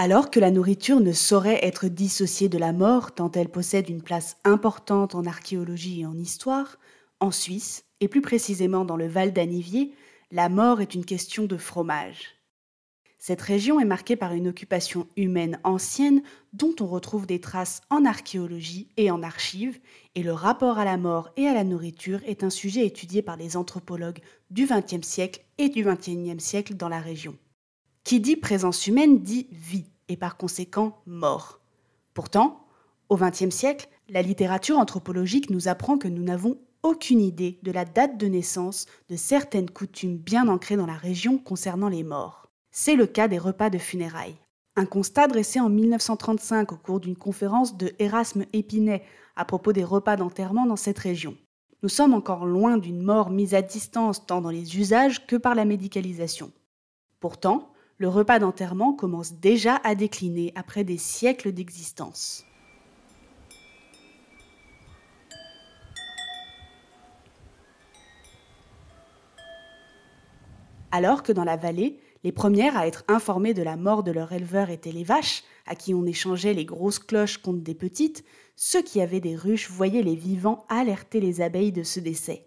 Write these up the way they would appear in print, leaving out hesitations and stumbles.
Alors que la nourriture ne saurait être dissociée de la mort tant elle possède une place importante en archéologie et en histoire, en Suisse, et plus précisément dans le Val d'Anniviers, la mort est une question de fromage. Cette région est marquée par une occupation humaine ancienne dont on retrouve des traces en archéologie et en archives, et le rapport à la mort et à la nourriture est un sujet étudié par les anthropologues du XXe siècle et du XXIe siècle dans la région. Qui dit présence humaine dit vie, et par conséquent mort. Pourtant, au XXe siècle, la littérature anthropologique nous apprend que nous n'avons aucune idée de la date de naissance de certaines coutumes bien ancrées dans la région concernant les morts. C'est le cas des repas de funérailles. Un constat dressé en 1935 au cours d'une conférence de Erasme Épinay à propos des repas d'enterrement dans cette région. Nous sommes encore loin d'une mort mise à distance tant dans les usages que par la médicalisation. Pourtant, le repas d'enterrement commence déjà à décliner après des siècles d'existence. Alors que dans la vallée, les premières à être informées de la mort de leur éleveur étaient les vaches, à qui on échangeait les grosses cloches contre des petites, ceux qui avaient des ruches voyaient les vivants alerter les abeilles de ce décès.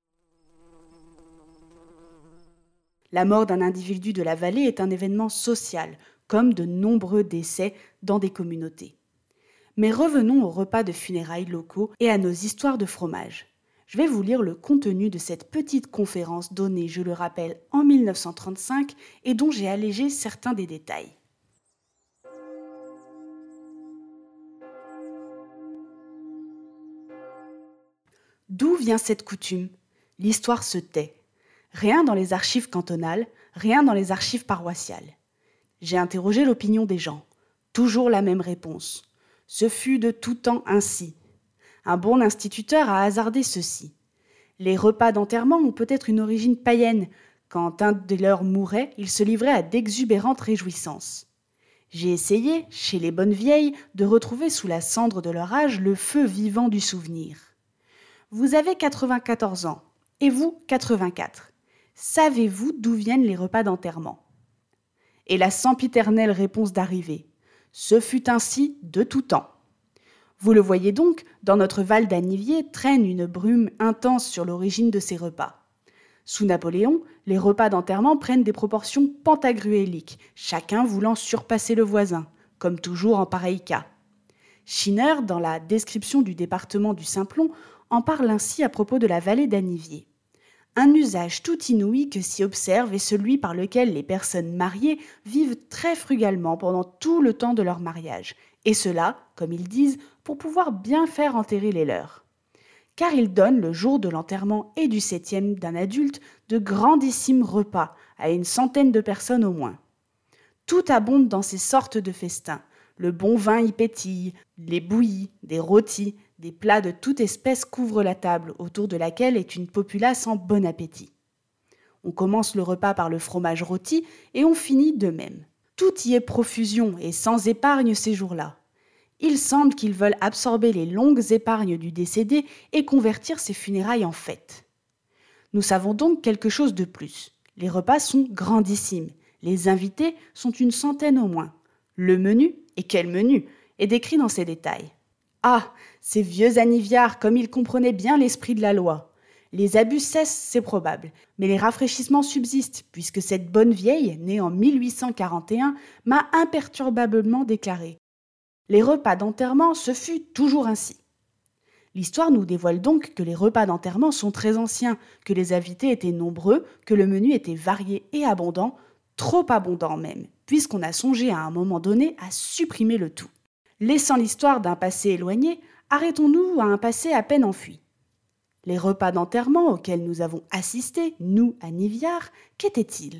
La mort d'un individu de la vallée est un événement social, comme de nombreux décès dans des communautés. Mais revenons aux repas de funérailles locaux et à nos histoires de fromage. Je vais vous lire le contenu de cette petite conférence donnée, je le rappelle, en 1935 et dont j'ai allégé certains des détails. D'où vient cette coutume ? L'histoire se tait. Rien dans les archives cantonales, rien dans les archives paroissiales. J'ai interrogé l'opinion des gens. Toujours la même réponse. Ce fut de tout temps ainsi. Un bon instituteur a hasardé ceci. Les repas d'enterrement ont peut-être une origine païenne. Quand un de leurs mourait, il se livrait à d'exubérantes réjouissances. J'ai essayé, chez les bonnes vieilles, de retrouver sous la cendre de leur âge le feu vivant du souvenir. Vous avez 94 ans, et vous 84. Savez-vous d'où viennent les repas d'enterrement ? Et la sempiternelle réponse d'arrivée. Ce fut ainsi de tout temps. Vous le voyez donc, dans notre Val d'Anniviers traîne une brume intense sur l'origine de ces repas. Sous Napoléon, les repas d'enterrement prennent des proportions pantagruéliques, chacun voulant surpasser le voisin, comme toujours en pareil cas. Schiner, dans la description du département du Simplon, en parle ainsi à propos de la vallée d'Anniviers. Un usage tout inouï que s'y observe est celui par lequel les personnes mariées vivent très frugalement pendant tout le temps de leur mariage, et cela, comme ils disent, pour pouvoir bien faire enterrer les leurs. Car ils donnent le jour de l'enterrement et du 7e d'un adulte de grandissimes repas à une centaine de personnes au moins. Tout abonde dans ces sortes de festins. Le bon vin y pétille, les bouillies, des rôtis, des plats de toute espèce couvrent la table, autour de laquelle est une populace en bon appétit. On commence le repas par le fromage rôti et on finit de même. Tout y est profusion et sans épargne ces jours-là. Il semble qu'ils veulent absorber les longues épargnes du décédé et convertir ses funérailles en fête. Nous savons donc quelque chose de plus. Les repas sont grandissimes. Les invités sont une centaine au moins. Le menu, et quel menu, est décrit dans ses détails. Ah, ces vieux aniviards, comme ils comprenaient bien l'esprit de la loi. Les abus cessent, c'est probable, mais les rafraîchissements subsistent, puisque cette bonne vieille, née en 1841, m'a imperturbablement déclaré. Les repas d'enterrement, ce fut toujours ainsi. L'histoire nous dévoile donc que les repas d'enterrement sont très anciens, que les invités étaient nombreux, que le menu était varié et abondant, trop abondant même, puisqu'on a songé à un moment donné à supprimer le tout. Laissant l'histoire d'un passé éloigné, arrêtons-nous à un passé à peine enfui. Les repas d'enterrement auxquels nous avons assisté, nous, à Niviard, qu'étaient-ils ?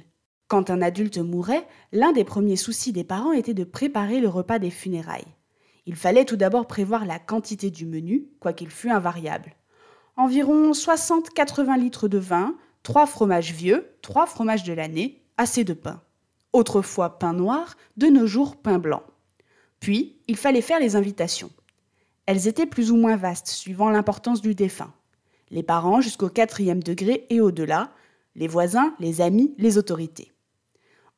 Quand un adulte mourait, l'un des premiers soucis des parents était de préparer le repas des funérailles. Il fallait tout d'abord prévoir la quantité du menu, quoiqu'il fût invariable. Environ 60-80 litres de vin, 3 fromages vieux, 3 fromages de l'année, assez de pain. Autrefois pain noir, de nos jours pain blanc. Puis, il fallait faire les invitations. Elles étaient plus ou moins vastes, suivant l'importance du défunt. Les parents jusqu'au 4e degré et au-delà, les voisins, les amis, les autorités.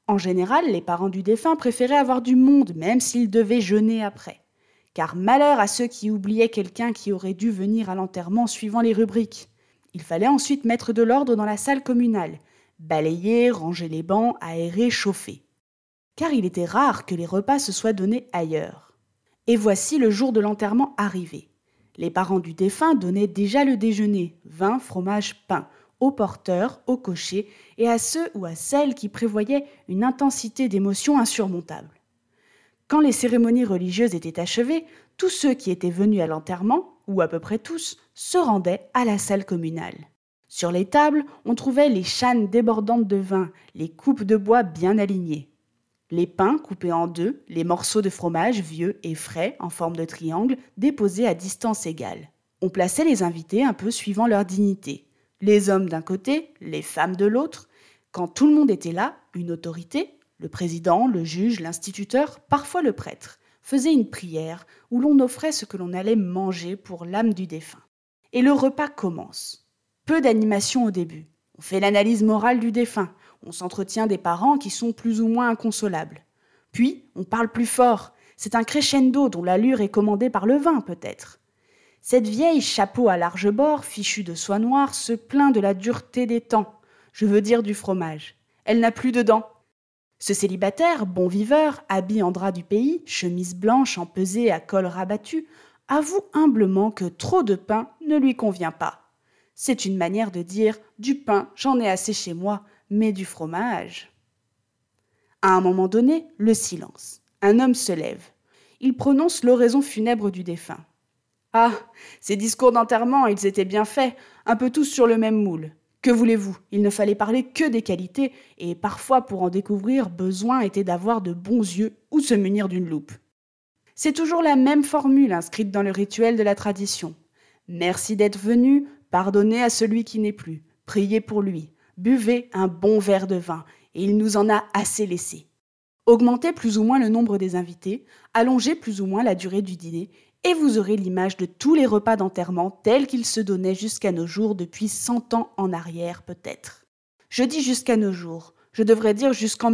En général, les parents du défunt préféraient avoir du monde, même s'ils devaient jeûner après. Car malheur à ceux qui oubliaient quelqu'un qui aurait dû venir à l'enterrement suivant les rubriques. Il fallait ensuite mettre de l'ordre dans la salle communale, balayer, ranger les bancs, aérer, chauffer. Car il était rare que les repas se soient donnés ailleurs. Et voici le jour de l'enterrement arrivé. Les parents du défunt donnaient déjà le déjeuner, vin, fromage, pain, aux porteurs, aux cochers et à ceux ou à celles qui prévoyaient une intensité d'émotion insurmontable. Quand les cérémonies religieuses étaient achevées, tous ceux qui étaient venus à l'enterrement, ou à peu près tous, se rendaient à la salle communale. Sur les tables, on trouvait les channes débordantes de vin, les coupes de bois bien alignées. Les pains coupés en deux, les morceaux de fromage vieux et frais en forme de triangle déposés à distance égale. On plaçait les invités un peu suivant leur dignité. Les hommes d'un côté, les femmes de l'autre. Quand tout le monde était là, une autorité, le président, le juge, l'instituteur, parfois le prêtre, faisait une prière où l'on offrait ce que l'on allait manger pour l'âme du défunt. Et le repas commence. Peu d'animation au début. On fait l'analyse morale du défunt. On s'entretient des parents qui sont plus ou moins inconsolables. Puis, on parle plus fort. C'est un crescendo dont l'allure est commandée par le vin, peut-être. Cette vieille chapeau à large bord, fichue de soie noire, se plaint de la dureté des temps. Je veux dire du fromage. Elle n'a plus de dents. Ce célibataire, bon viveur, habillé en drap du pays, chemise blanche empesée à col rabattu, avoue humblement que trop de pain ne lui convient pas. C'est une manière de dire « du pain, j'en ai assez chez moi, mais du fromage ». À un moment donné, le silence. Un homme se lève. Il prononce l'oraison funèbre du défunt. Ah, ces discours d'enterrement, ils étaient bien faits, un peu tous sur le même moule. Que voulez-vous, il ne fallait parler que des qualités, et parfois pour en découvrir, besoin était d'avoir de bons yeux ou se munir d'une loupe. C'est toujours la même formule inscrite dans le rituel de la tradition. Merci d'être venu, pardonnez à celui qui n'est plus, priez pour lui, buvez un bon verre de vin, et il nous en a assez laissé. Augmentez plus ou moins le nombre des invités, allongez plus ou moins la durée du dîner, et vous aurez l'image de tous les repas d'enterrement tels qu'ils se donnaient jusqu'à nos jours depuis 100 ans en arrière peut-être. Je dis jusqu'à nos jours, je devrais dire jusqu'en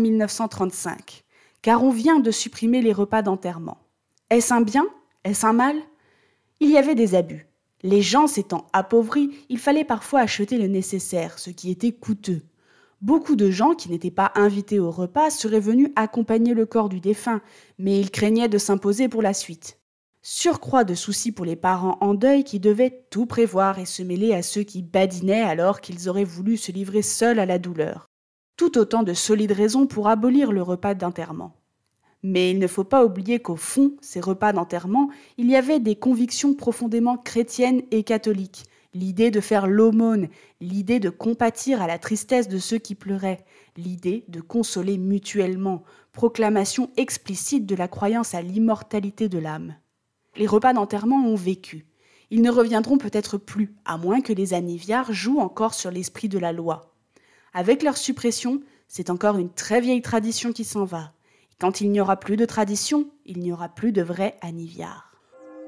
1935, car on vient de supprimer les repas d'enterrement. Est-ce un bien? Est-ce un mal? Il y avait des abus. Les gens s'étant appauvris, il fallait parfois acheter le nécessaire, ce qui était coûteux. Beaucoup de gens qui n'étaient pas invités au repas seraient venus accompagner le corps du défunt, mais ils craignaient de s'imposer pour la suite. Surcroît de soucis pour les parents en deuil qui devaient tout prévoir et se mêler à ceux qui badinaient alors qu'ils auraient voulu se livrer seuls à la douleur. Tout autant de solides raisons pour abolir le repas d'enterrement. Mais il ne faut pas oublier qu'au fond, ces repas d'enterrement, il y avait des convictions profondément chrétiennes et catholiques. L'idée de faire l'aumône, l'idée de compatir à la tristesse de ceux qui pleuraient, l'idée de consoler mutuellement, proclamation explicite de la croyance à l'immortalité de l'âme. Les repas d'enterrement ont vécu. Ils ne reviendront peut-être plus, à moins que les aniviars jouent encore sur l'esprit de la loi. Avec leur suppression, c'est encore une très vieille tradition qui s'en va. Et quand il n'y aura plus de tradition, il n'y aura plus de vrais aniviars.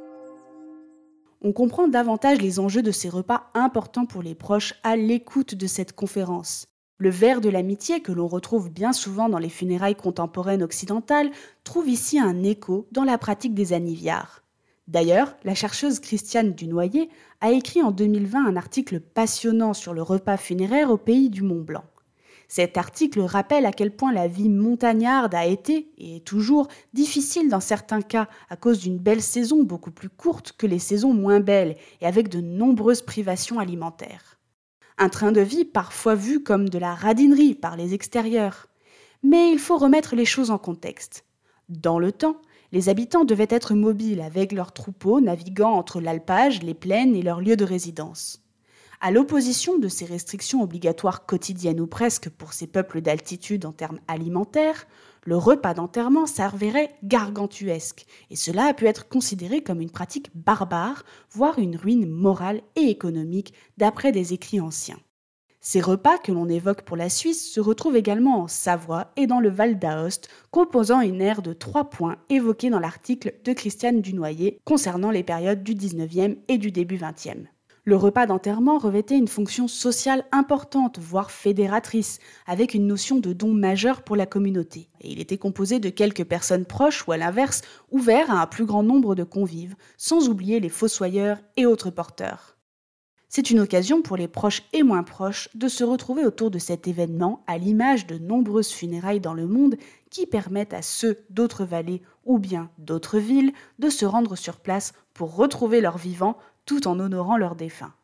On comprend davantage les enjeux de ces repas importants pour les proches à l'écoute de cette conférence. Le verre de l'amitié, que l'on retrouve bien souvent dans les funérailles contemporaines occidentales, trouve ici un écho dans la pratique des aniviars. D'ailleurs, la chercheuse Christiane Dunoyer a écrit en 2020 un article passionnant sur le repas funéraire au pays du Mont Blanc. Cet article rappelle à quel point la vie montagnarde a été, et est toujours, difficile dans certains cas à cause d'une belle saison beaucoup plus courte que les saisons moins belles et avec de nombreuses privations alimentaires. Un train de vie parfois vu comme de la radinerie par les extérieurs. Mais il faut remettre les choses en contexte. Dans le temps, les habitants devaient être mobiles avec leurs troupeaux naviguant entre l'alpage, les plaines et leurs lieux de résidence. À l'opposition de ces restrictions obligatoires quotidiennes ou presque pour ces peuples d'altitude en termes alimentaires, le repas d'enterrement s'avérait gargantuesque, et cela a pu être considéré comme une pratique barbare, voire une ruine morale et économique d'après des écrits anciens. Ces repas que l'on évoque pour la Suisse se retrouvent également en Savoie et dans le Val d'Aoste, composant une aire de 3 points évoquée dans l'article de Christiane Dunoyer concernant les périodes du 19e et du début 20e. Le repas d'enterrement revêtait une fonction sociale importante, voire fédératrice, avec une notion de don majeur pour la communauté. Et il était composé de quelques personnes proches ou à l'inverse, ouvert à un plus grand nombre de convives, sans oublier les fossoyeurs et autres porteurs. C'est une occasion pour les proches et moins proches de se retrouver autour de cet événement, à l'image de nombreuses funérailles dans le monde qui permettent à ceux d'autres vallées ou bien d'autres villes de se rendre sur place pour retrouver leurs vivants tout en honorant leurs défunts.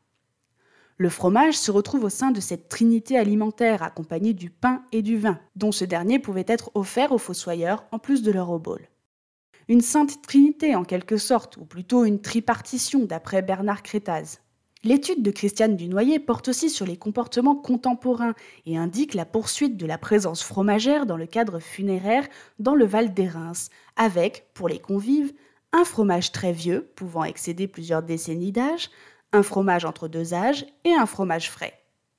Le fromage se retrouve au sein de cette trinité alimentaire accompagnée du pain et du vin, dont ce dernier pouvait être offert aux fossoyeurs en plus de leur obole. Une sainte trinité en quelque sorte, ou plutôt une tripartition d'après Bernard Crétaz. L'étude de Christiane Dunoyer porte aussi sur les comportements contemporains et indique la poursuite de la présence fromagère dans le cadre funéraire dans le Val d'Érins, avec, pour les convives, un fromage très vieux, pouvant excéder plusieurs décennies d'âge, un fromage entre deux âges et un fromage frais.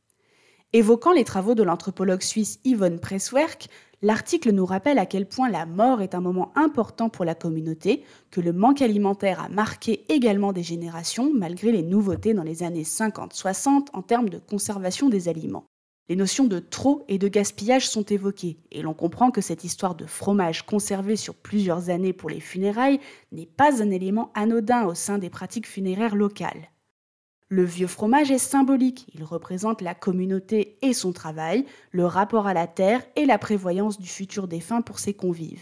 Évoquant les travaux de l'anthropologue suisse Yvonne Presswerk, l'article nous rappelle à quel point la mort est un moment important pour la communauté, que le manque alimentaire a marqué également des générations, malgré les nouveautés dans les années 50-60 en termes de conservation des aliments. Les notions de trop et de gaspillage sont évoquées, et l'on comprend que cette histoire de fromage conservé sur plusieurs années pour les funérailles n'est pas un élément anodin au sein des pratiques funéraires locales. Le vieux fromage est symbolique, il représente la communauté et son travail, le rapport à la terre et la prévoyance du futur défunt pour ses convives.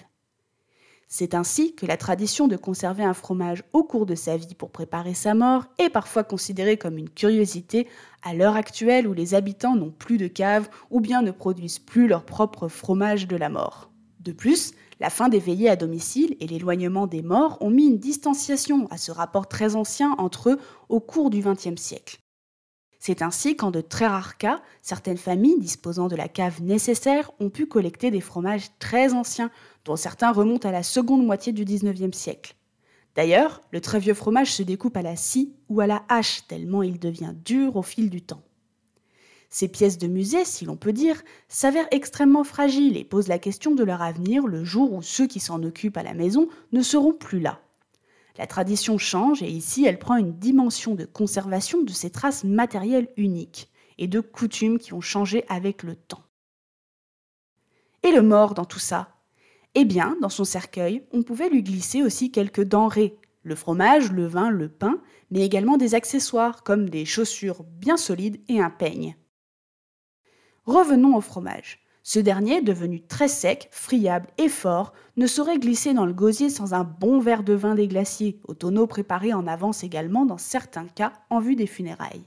C'est ainsi que la tradition de conserver un fromage au cours de sa vie pour préparer sa mort est parfois considérée comme une curiosité à l'heure actuelle où les habitants n'ont plus de cave ou bien ne produisent plus leur propre fromage de la mort. De plus, la fin des veillées à domicile et l'éloignement des morts ont mis une distanciation à ce rapport très ancien entre eux au cours du XXe siècle. C'est ainsi qu'en de très rares cas, certaines familles disposant de la cave nécessaire ont pu collecter des fromages très anciens, dont certains remontent à la seconde moitié du XIXe siècle. D'ailleurs, le très vieux fromage se découpe à la scie ou à la hache, tellement il devient dur au fil du temps. Ces pièces de musée, si l'on peut dire, s'avèrent extrêmement fragiles et posent la question de leur avenir le jour où ceux qui s'en occupent à la maison ne seront plus là. La tradition change et ici, elle prend une dimension de conservation de ces traces matérielles uniques et de coutumes qui ont changé avec le temps. Et le mort dans tout ça ? Eh bien, dans son cercueil, on pouvait lui glisser aussi quelques denrées, le fromage, le vin, le pain, mais également des accessoires comme des chaussures bien solides et un peigne. Revenons au fromage. Ce dernier, devenu très sec, friable et fort, ne saurait glisser dans le gosier sans un bon verre de vin des glaciers, au tonneau préparé en avance également dans certains cas en vue des funérailles.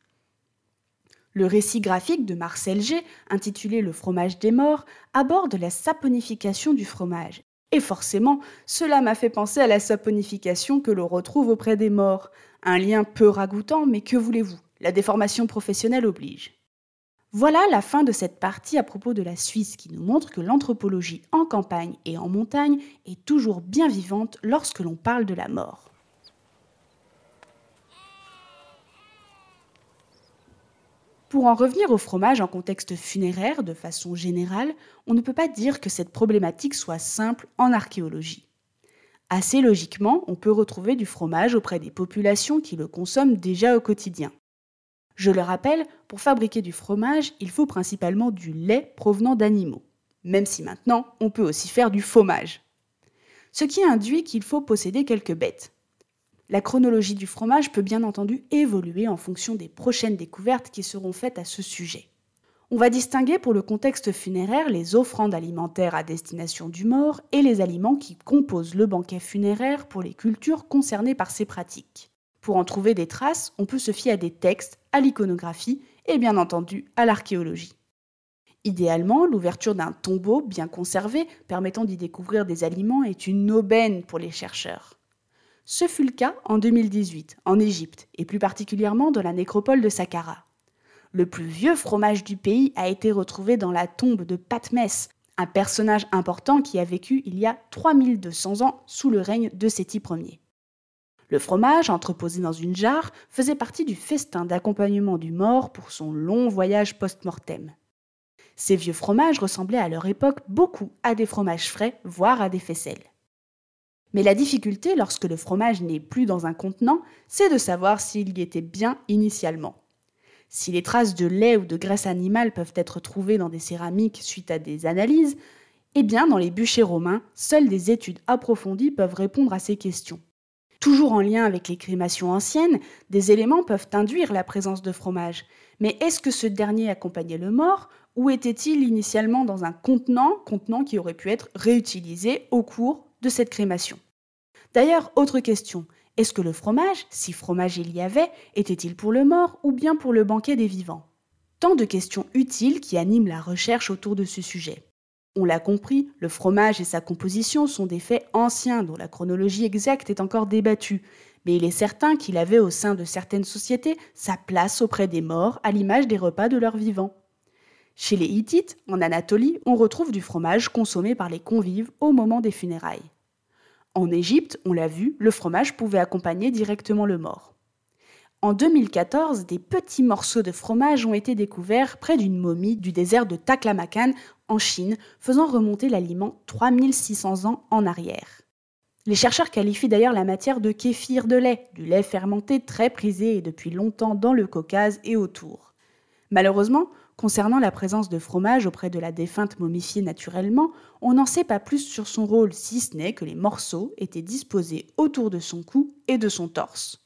Le récit graphique de Marcel G, intitulé « Le fromage des morts », aborde la saponification du fromage. Et forcément, cela m'a fait penser à la saponification que l'on retrouve auprès des morts. Un lien peu ragoûtant, mais que voulez-vous, la déformation professionnelle oblige. Voilà la fin de cette partie à propos de la Suisse qui nous montre que l'anthropologie en campagne et en montagne est toujours bien vivante lorsque l'on parle de la mort. Pour en revenir au fromage en contexte funéraire, de façon générale, on ne peut pas dire que cette problématique soit simple en archéologie. Assez logiquement, on peut retrouver du fromage auprès des populations qui le consomment déjà au quotidien. Je le rappelle, pour fabriquer du fromage, il faut principalement du lait provenant d'animaux, même si maintenant, on peut aussi faire du fromage. Ce qui induit qu'il faut posséder quelques bêtes. La chronologie du fromage peut bien entendu évoluer en fonction des prochaines découvertes qui seront faites à ce sujet. On va distinguer pour le contexte funéraire les offrandes alimentaires à destination du mort et les aliments qui composent le banquet funéraire pour les cultures concernées par ces pratiques. Pour en trouver des traces, on peut se fier à des textes, à l'iconographie et bien entendu à l'archéologie. Idéalement, l'ouverture d'un tombeau bien conservé permettant d'y découvrir des aliments est une aubaine pour les chercheurs. Ce fut le cas en 2018, en Égypte, et plus particulièrement dans la nécropole de Saqqara. Le plus vieux fromage du pays a été retrouvé dans la tombe de Thutmès, un personnage important qui a vécu il y a 3200 ans sous le règne de Séti Ier. Le fromage, entreposé dans une jarre, faisait partie du festin d'accompagnement du mort pour son long voyage post-mortem. Ces vieux fromages ressemblaient à leur époque beaucoup à des fromages frais, voire à des faisselles. Mais la difficulté, lorsque le fromage n'est plus dans un contenant, c'est de savoir s'il y était bien initialement. Si les traces de lait ou de graisse animale peuvent être trouvées dans des céramiques suite à des analyses, eh bien, dans les bûchers romains, seules des études approfondies peuvent répondre à ces questions. Toujours en lien avec les crémations anciennes, des éléments peuvent induire la présence de fromage. Mais est-ce que ce dernier accompagnait le mort ou était-il initialement dans un contenant qui aurait pu être réutilisé au cours de cette crémation? D'ailleurs, autre question, est-ce que le fromage, si fromage il y avait, était-il pour le mort ou bien pour le banquet des vivants? Tant de questions utiles qui animent la recherche autour de ce sujet. On l'a compris, le fromage et sa composition sont des faits anciens dont la chronologie exacte est encore débattue, mais il est certain qu'il avait au sein de certaines sociétés sa place auprès des morts à l'image des repas de leurs vivants. Chez les Hittites, en Anatolie, on retrouve du fromage consommé par les convives au moment des funérailles. En Égypte, on l'a vu, le fromage pouvait accompagner directement le mort. En 2014, des petits morceaux de fromage ont été découverts près d'une momie du désert de Taklamakan en Chine, faisant remonter l'aliment 3600 ans en arrière. Les chercheurs qualifient d'ailleurs la matière de kéfir de lait, du lait fermenté très prisé depuis longtemps dans le Caucase et autour. Malheureusement, concernant la présence de fromage auprès de la défunte momifiée naturellement, on n'en sait pas plus sur son rôle, si ce n'est que les morceaux étaient disposés autour de son cou et de son torse.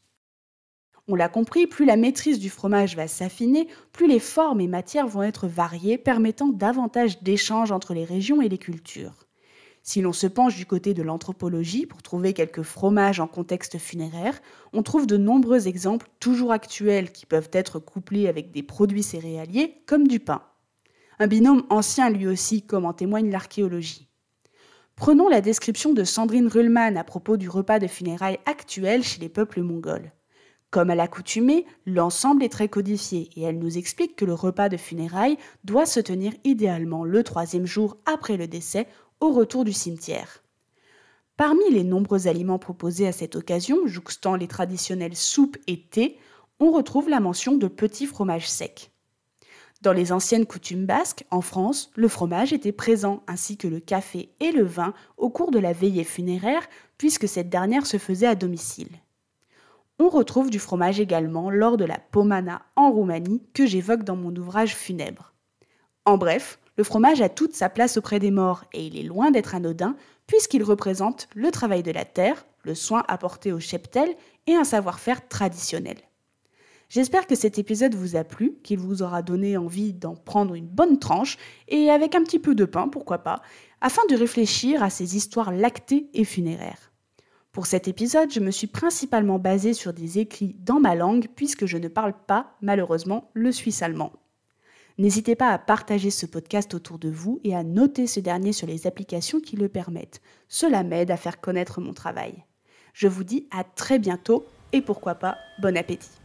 On l'a compris, plus la maîtrise du fromage va s'affiner, plus les formes et matières vont être variées, permettant davantage d'échanges entre les régions et les cultures. Si l'on se penche du côté de l'anthropologie pour trouver quelques fromages en contexte funéraire, on trouve de nombreux exemples toujours actuels qui peuvent être couplés avec des produits céréaliers comme du pain. Un binôme ancien lui aussi, comme en témoigne l'archéologie. Prenons la description de Sandrine Ruhlmann à propos du repas de funérailles actuel chez les peuples mongols. Comme à l'accoutumée, l'ensemble est très codifié et elle nous explique que le repas de funérailles doit se tenir idéalement le 3e jour après le décès, au retour du cimetière. Parmi les nombreux aliments proposés à cette occasion, jouxtant les traditionnelles soupes et thés, on retrouve la mention de petits fromages secs. Dans les anciennes coutumes basques, en France, le fromage était présent ainsi que le café et le vin au cours de la veillée funéraire puisque cette dernière se faisait à domicile. On retrouve du fromage également lors de la pomana en Roumanie que j'évoque dans mon ouvrage funèbre. En bref, le fromage a toute sa place auprès des morts et il est loin d'être anodin puisqu'il représente le travail de la terre, le soin apporté au cheptel et un savoir-faire traditionnel. J'espère que cet épisode vous a plu, qu'il vous aura donné envie d'en prendre une bonne tranche et avec un petit peu de pain, pourquoi pas, afin de réfléchir à ces histoires lactées et funéraires. Pour cet épisode, je me suis principalement basée sur des écrits dans ma langue puisque je ne parle pas, malheureusement, le suisse allemand. N'hésitez pas à partager ce podcast autour de vous et à noter ce dernier sur les applications qui le permettent. Cela m'aide à faire connaître mon travail. Je vous dis à très bientôt et pourquoi pas, bon appétit.